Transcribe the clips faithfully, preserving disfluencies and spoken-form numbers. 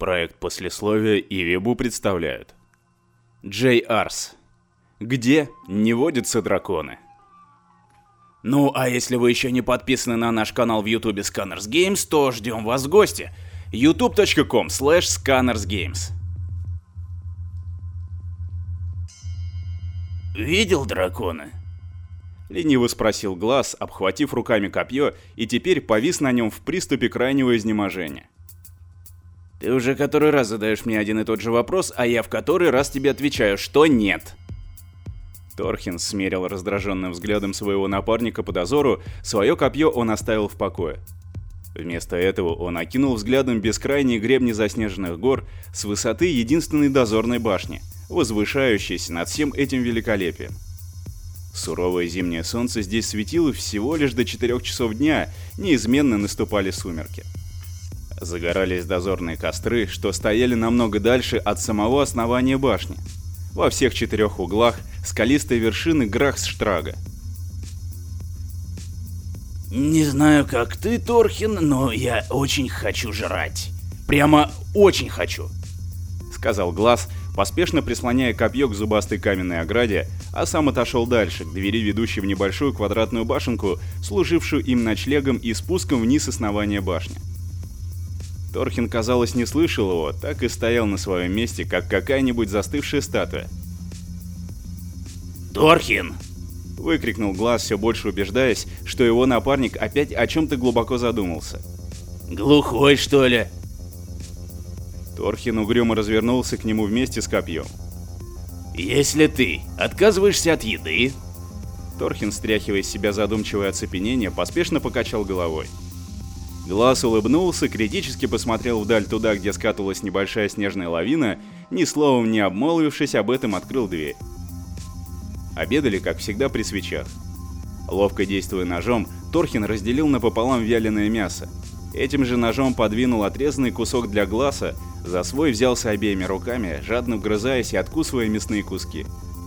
Проект послесловия и Вебу представляют. Джей Арс. Где не водятся драконы? Ну, а если вы еще не подписаны на наш канал в ютубе Scanners Games, то ждем вас в гости. ютуб точка ком слэш сканерс геймс. Видел дракона? Лениво спросил Глаз, обхватив руками копье, и теперь повис на нем в приступе крайнего изнеможения. Ты уже который раз задаешь мне один и тот же вопрос, а я в который раз тебе отвечаю, что нет. Торхин смерил раздраженным взглядом своего напарника по дозору, свое копье он оставил в покое. Вместо этого он окинул взглядом бескрайние гребни заснеженных гор с высоты единственной дозорной башни, возвышающейся над всем этим великолепием. Суровое зимнее солнце здесь светило всего лишь до четырёх часов дня, неизменно наступали сумерки. Загорались дозорные костры, что стояли намного дальше от самого основания башни. Во всех четырех углах скалистой вершины Грахсштрага. Не знаю, как ты, Торхин, но я очень хочу жрать. Прямо очень хочу, сказал Глаз, поспешно прислоняя копье к зубастой каменной ограде, а сам отошел дальше, к двери, ведущей в небольшую квадратную башенку, служившую им ночлегом и спуском вниз основания башни. Торхин, казалось, не слышал его, так и стоял на своем месте, как какая-нибудь застывшая статуя. «Торхин!» — выкрикнул Глаз, все больше убеждаясь, что его напарник опять о чем-то глубоко задумался. «Глухой, что ли?» Торхин угрюмо развернулся к нему вместе с копьем. «Если ты отказываешься от еды...» Торхин, стряхивая с себя задумчивое оцепенение, поспешно покачал головой. Глаз улыбнулся, критически посмотрел вдаль туда, где скатывалась небольшая снежная лавина, ни словом не обмолвившись об этом, открыл дверь. Обедали, как всегда, при свечах. Ловко действуя ножом, Торхин разделил напополам вяленое мясо. Этим же ножом подвинул отрезанный кусок для Глаза, за свой взялся обеими руками, жадно вгрызаясь и откусывая мясные куски.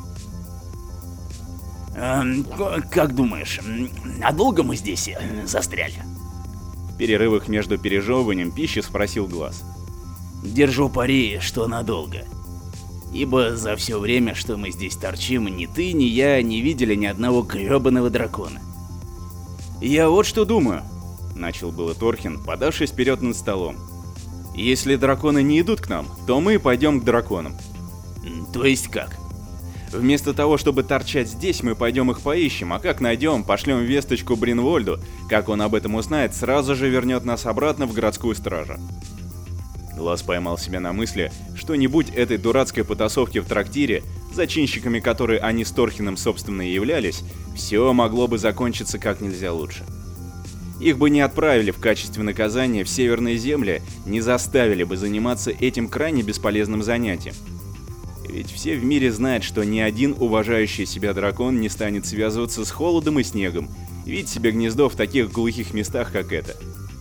Эм, как думаешь, надолго мы здесь застряли? В перерывах между пережевыванием пищи спросил Глаз. Держу пари, что надолго. Ибо за все время, что мы здесь торчим, ни ты, ни я не видели ни одного гребаного дракона. Я вот что думаю, начал было Торхин, подавшись вперед над столом. Если драконы не идут к нам, то мы пойдем к драконам. То есть как? Вместо того, чтобы торчать здесь, мы пойдем их поищем, а как найдем, пошлем весточку Бринвольду. Как он об этом узнает, сразу же вернет нас обратно в городскую стражу. Глаз поймал себя на мысли, что не будь этой дурацкой потасовки в трактире, зачинщиками которой они с Торхином собственно и являлись, все могло бы закончиться как нельзя лучше. Их бы не отправили в качестве наказания в северные земли, не заставили бы заниматься этим крайне бесполезным занятием. Ведь все в мире знают, что ни один уважающий себя дракон не станет связываться с холодом и снегом, видеть себе гнездо в таких глухих местах, как это.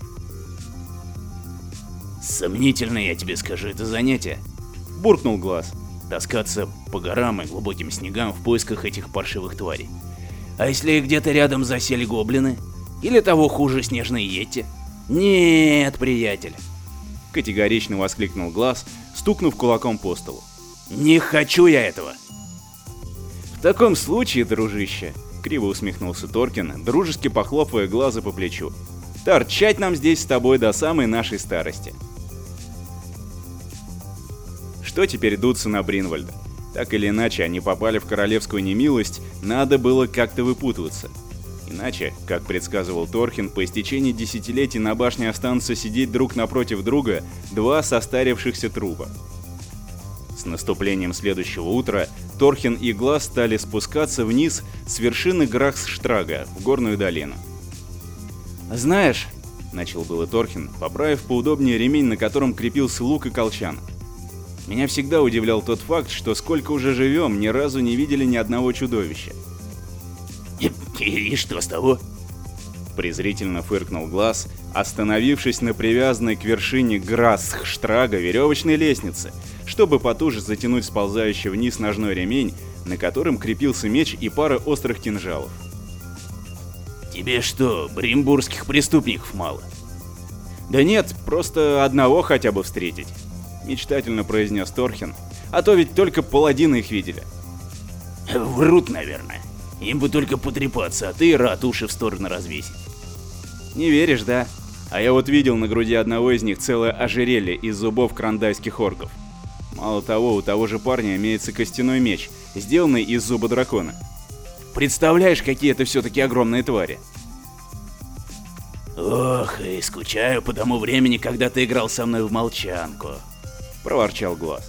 Сомнительно, я тебе скажу, это занятие. Буркнул Глаз. Таскаться по горам и глубоким снегам в поисках этих паршивых тварей. А если где-то рядом засели гоблины? Или того хуже, снежные йети? Нет, приятель. Категорично воскликнул Глаз, стукнув кулаком по столу. Не хочу я этого. В таком случае, дружище, криво усмехнулся Торхин, дружески похлопывая Глаза по плечу. Торчать нам здесь с тобой до самой нашей старости. Что теперь дуться на Бринвольда? Так или иначе, они попали в королевскую немилость, надо было как-то выпутываться. Иначе, как предсказывал Торхин, по истечении десятилетий на башне останутся сидеть друг напротив друга два состарившихся трупа. С наступлением следующего утра Торхин и Глаз стали спускаться вниз с вершины Грахсштрага в горную долину. «Знаешь», — начал было Торхин, поправив поудобнее ремень, на котором крепился лук и колчан, «меня всегда удивлял тот факт, что сколько уже живем, ни разу не видели ни одного чудовища». «И, и что с того?» Презрительно фыркнул Глаз, остановившись на привязанной к вершине Грахсштрага веревочной лестнице, чтобы потуже затянуть сползающий вниз ножной ремень, на котором крепился меч и пара острых кинжалов. «Тебе что, бримбурских преступников мало?» «Да нет, просто одного хотя бы встретить», мечтательно произнес Торхин, а то ведь только паладины их видели. Врут, наверное. Им бы только потрепаться, а ты рад уши в сторону развесить. Не веришь, да? А я вот видел на груди одного из них целое ожерелье из зубов крандайских орков. Мало того, у того же парня имеется костяной меч, сделанный из зуба дракона. Представляешь, какие это все-таки огромные твари? Ох, и скучаю по тому времени, когда ты играл со мной в молчанку, проворчал Глаз.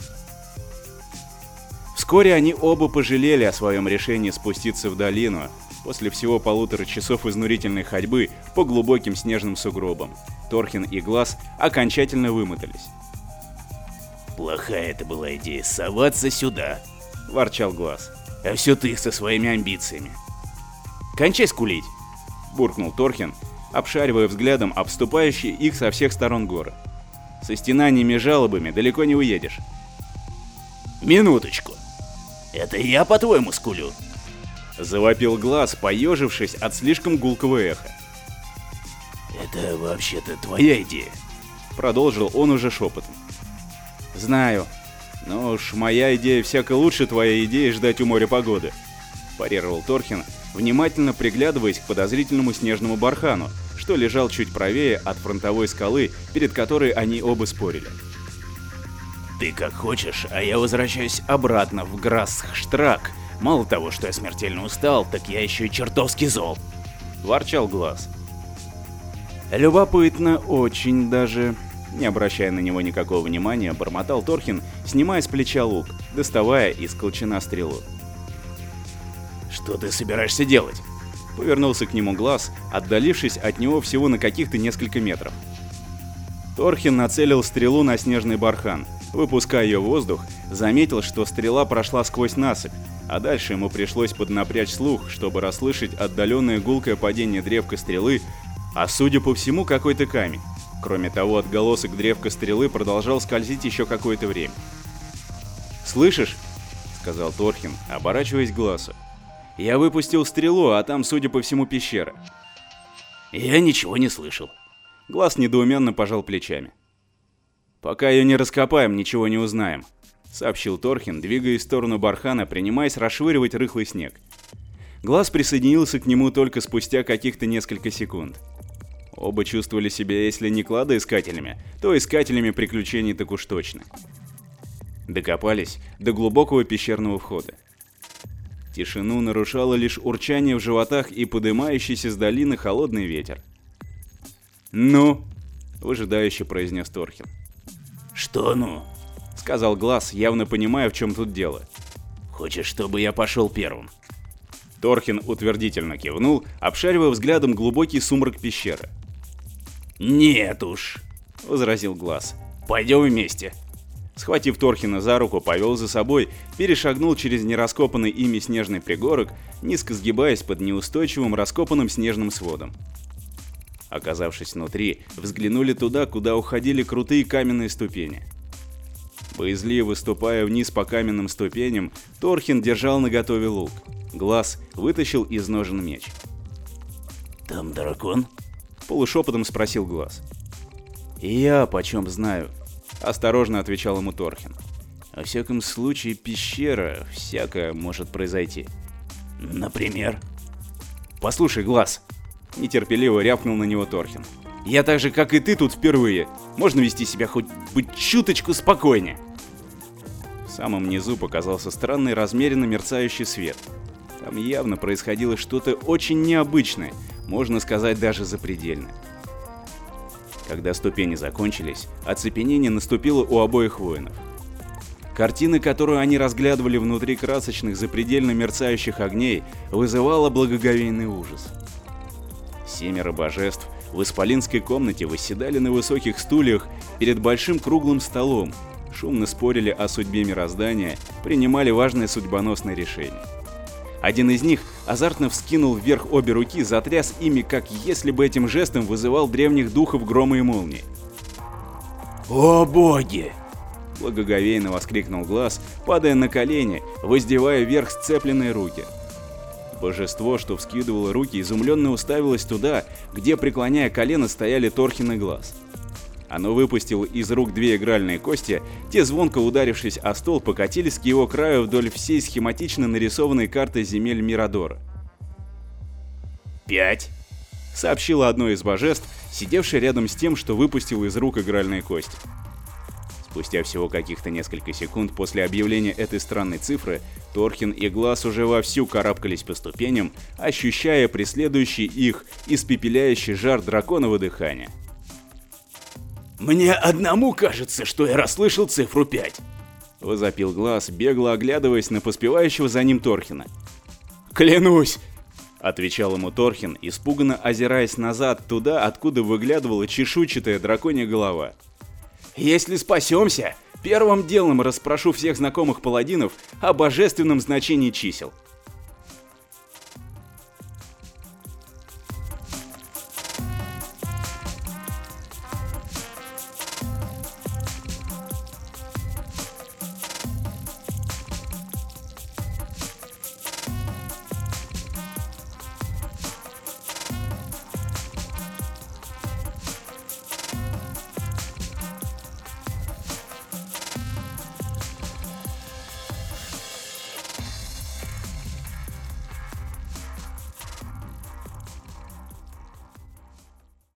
Вскоре они оба пожалели о своем решении спуститься в долину после всего полутора часов изнурительной ходьбы по глубоким снежным сугробам. Торхин и Глаз окончательно вымотались. Плохая это была идея — соваться сюда, ворчал Глаз. А все ты со своими амбициями. Кончай скулить, буркнул Торхин, обшаривая взглядом обступающие их со всех сторон горы. Со стенаниями и жалобами далеко не уедешь. Минуточку. Это я, по-твоему, скулю? Завопил Глаз, поежившись от слишком гулкого эха. Это вообще-то твоя идея, продолжил он уже шепотом. Знаю. Но уж моя идея всяко лучше твоей идеи ждать у моря погоды, парировал Торхин, внимательно приглядываясь к подозрительному снежному бархану, что лежал чуть правее от фронтовой скалы, перед которой они оба спорили. Ты как хочешь, а я возвращаюсь обратно в Грасхштрак. Мало того, что я смертельно устал, так я еще и чертовски зол, ворчал Глаз. Любопытно, очень даже. Не обращая на него никакого внимания, бормотал Торхин, снимая с плеча лук, доставая из колчана стрелу. «Что ты собираешься делать?» Повернулся к нему Глаз, отдалившись от него всего на каких-то несколько метров. Торхин нацелил стрелу на снежный бархан. Выпуская ее в воздух, заметил, что стрела прошла сквозь насыпь, а дальше ему пришлось поднапрячь слух, чтобы расслышать отдаленное гулкое падение древка стрелы, а судя по всему, какой-то камень. Кроме того, отголосок древка стрелы продолжал скользить еще какое-то время. «Слышишь?» — сказал Торхин, оборачиваясь к Глазу. «Я выпустил стрелу, а там, судя по всему, пещера». «Я ничего не слышал». Глаз недоуменно пожал плечами. «Пока ее не раскопаем, ничего не узнаем», — сообщил Торхин, двигаясь в сторону бархана, принимаясь расшвыривать рыхлый снег. Глаз присоединился к нему только спустя каких-то несколько секунд. Оба чувствовали себя, если не кладоискателями, то искателями приключений так уж точно. Докопались до глубокого пещерного входа. Тишину нарушало лишь урчание в животах и подымающийся с долины холодный ветер. «Ну?» — выжидающе произнес Торхин. «Что ну?» — сказал Глаз, явно понимая, в чем тут дело. «Хочешь, чтобы я пошел первым?» Торхин утвердительно кивнул, обшаривая взглядом глубокий сумрак пещеры. «Нет уж», — возразил Глаз. «Пойдем вместе». Схватив Торхина за руку, повел за собой, перешагнул через нераскопанный ими снежный пригорок, низко сгибаясь под неустойчивым раскопанным снежным сводом. Оказавшись внутри, взглянули туда, куда уходили крутые каменные ступени. Боязливо ступая вниз по каменным ступеням, Торхин держал наготове лук. Глаз вытащил из ножен меч. «Там дракон?» — полушепотом спросил Глаз. «И я почем знаю?» — осторожно отвечал ему Торхин. «Во всяком случае, пещера, всякое может произойти». «Например?» «Послушай, Глаз!» — нетерпеливо рявкнул на него Торхин. «Я так же, как и ты, тут впервые. Можно вести себя хоть быть чуточку спокойнее». В самом низу показался странный размеренно мерцающий свет. Там явно происходило что-то очень необычное, можно сказать, даже запредельное. Когда ступени закончились, оцепенение наступило у обоих воинов. Картина, которую они разглядывали внутри красочных, запредельно мерцающих огней, вызывала благоговейный ужас. Семеро божеств в исполинской комнате восседали на высоких стульях перед большим круглым столом, шумно спорили о судьбе мироздания, принимали важное судьбоносное решение. Один из них азартно вскинул вверх обе руки, затряс ими, как если бы этим жестом вызывал древних духов грома и молнии. «О боги!» — благоговейно воскликнул Глаз, падая на колени, воздевая вверх сцепленные руки. Божество, что вскидывало руки, изумленно уставилось туда, где, преклоняя колено, стояли Торхин и Глаз. Оно выпустило из рук две игральные кости, те, звонко ударившись о стол, покатились к его краю вдоль всей схематично нарисованной карты земель Мирадора. «Пять», — сообщило одно из божеств, сидевшее рядом с тем, что выпустил из рук игральные кости. Спустя всего каких-то несколько секунд после объявления этой странной цифры, Торхин и Глаз уже вовсю карабкались по ступеням, ощущая преследующий их испепеляющий жар драконового дыхания. «Мне одному кажется, что я расслышал цифру пять», — возопил Глаз, бегло оглядываясь на поспевающего за ним Торхина. «Клянусь!» — отвечал ему Торхин, испуганно озираясь назад, туда, откуда выглядывала чешуйчатая драконья голова. «Если спасемся, первым делом расспрошу всех знакомых паладинов о божественном значении чисел.